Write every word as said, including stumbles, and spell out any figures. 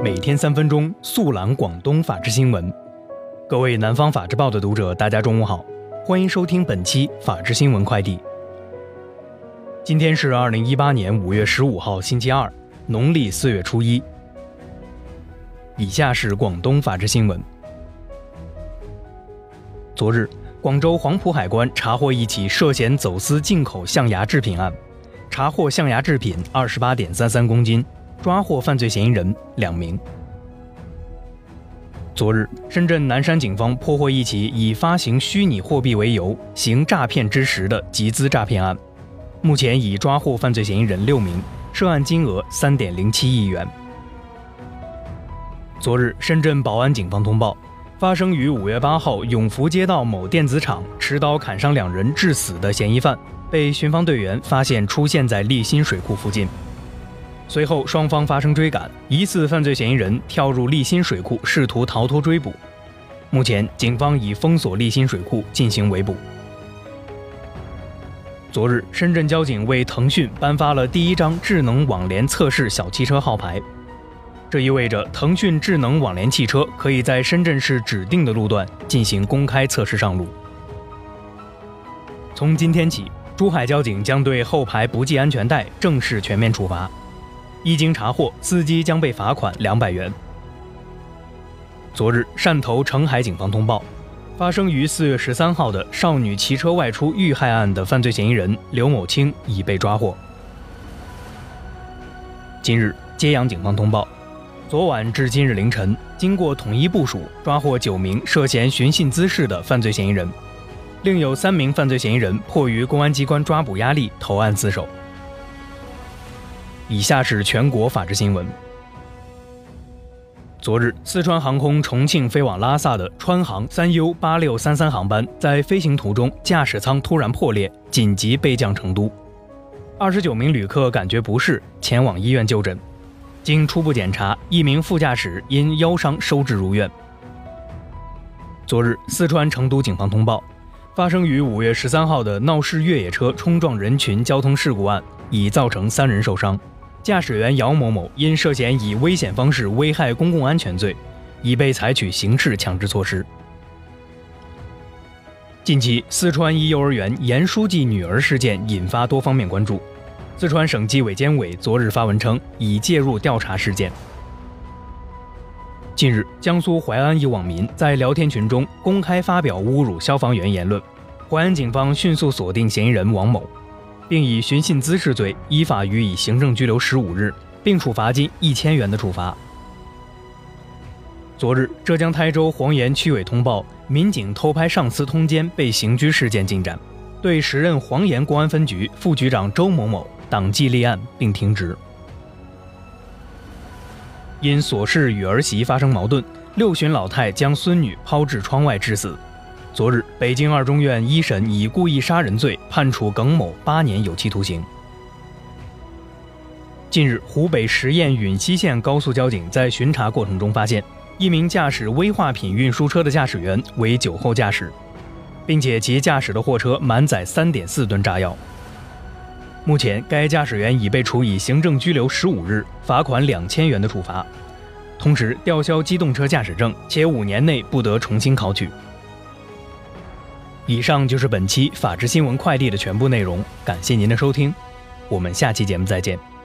每天三分钟速览广东法治新闻。各位南方法制报的读者，大家中午好，欢迎收听本期法治新闻快递。今天是二零一八年五月十五号星期二，农历四月初一。以下是广东法治新闻。昨日，广州黄埔海关查获一起涉嫌走私进口象牙制品案，查获象牙制品 二十八点三三公斤，抓获犯罪嫌疑人两名。昨日，深圳南山警方破获一起以发行虚拟货币为由行诈骗之实的集资诈骗案，目前已抓获犯罪嫌疑人六名，涉案金额 三点零七亿元。昨日，深圳宝安警方通报，发生于五月八号永福街道某电子厂持刀砍伤两人致死的嫌疑犯，被巡防队员发现出现在立新水库附近。随后双方发生追赶，疑似犯罪嫌疑人跳入立新水库试图逃脱追捕。目前警方已封锁立新水库进行围捕。昨日，深圳交警为腾讯颁发了第一张智能网联测试小汽车号牌，这意味着腾讯智能网联汽车可以在深圳市指定的路段进行公开测试上路。从今天起，珠海交警将对后排不系安全带正式全面处罚，一经查获，司机将被罚款两百元。昨日，汕头澄海警方通报，发生于四月十三号的少女骑车外出遇害案的犯罪嫌疑人刘某清已被抓获。今日，揭阳警方通报，昨晚至今日凌晨，经过统一部署，抓获九名涉嫌寻衅滋事的犯罪嫌疑人，另有三名犯罪嫌疑人迫于公安机关抓捕压力投案自首。以下是全国法治新闻。昨日，四川航空重庆飞往拉萨的川航三 U 八六三三航班在飞行途中驾驶舱突然破裂，紧急备降成都。二十九名旅客感觉不适，前往医院就诊。经初步检查，一名副驾驶因腰伤收治如愿。昨日，四川成都警方通报，发生于五月十三号的闹市越野车冲撞人群交通事故案，已造成三人受伤。驾驶员姚某某因涉嫌以危险方式危害公共安全罪，已被采取刑事强制措施。近期，四川一幼儿园严书记女儿事件引发多方面关注。四川省纪委监委昨日发文称，已介入调查事件。近日，江苏淮安一网民在聊天群中公开发表侮辱消防员言论，淮安警方迅速锁定嫌疑人王某，并以寻衅滋事罪依法予以行政拘留十五日，并处罚金一千元的处罚。昨日，浙江台州黄岩区委通报，民警偷拍上司通奸被刑拘事件进展，对时任黄岩公安分局副局长周某某党纪立案并停职。因琐事与儿媳发生矛盾，六旬老太将孙女抛至窗外致死。昨日，北京二中院一审以故意杀人罪判处耿某八年有期徒刑。近日，湖北十堰允西县高速交警在巡查过程中发现，一名驾驶危化品运输车的驾驶员为酒后驾驶，并且其驾驶的货车满载 三点四吨炸药。目前，该驾驶员已被处以行政拘留十五日、罚款两千元的处罚，同时吊销机动车驾驶证，且五年内不得重新考取。以上就是本期法治新闻快递的全部内容，感谢您的收听，我们下期节目再见。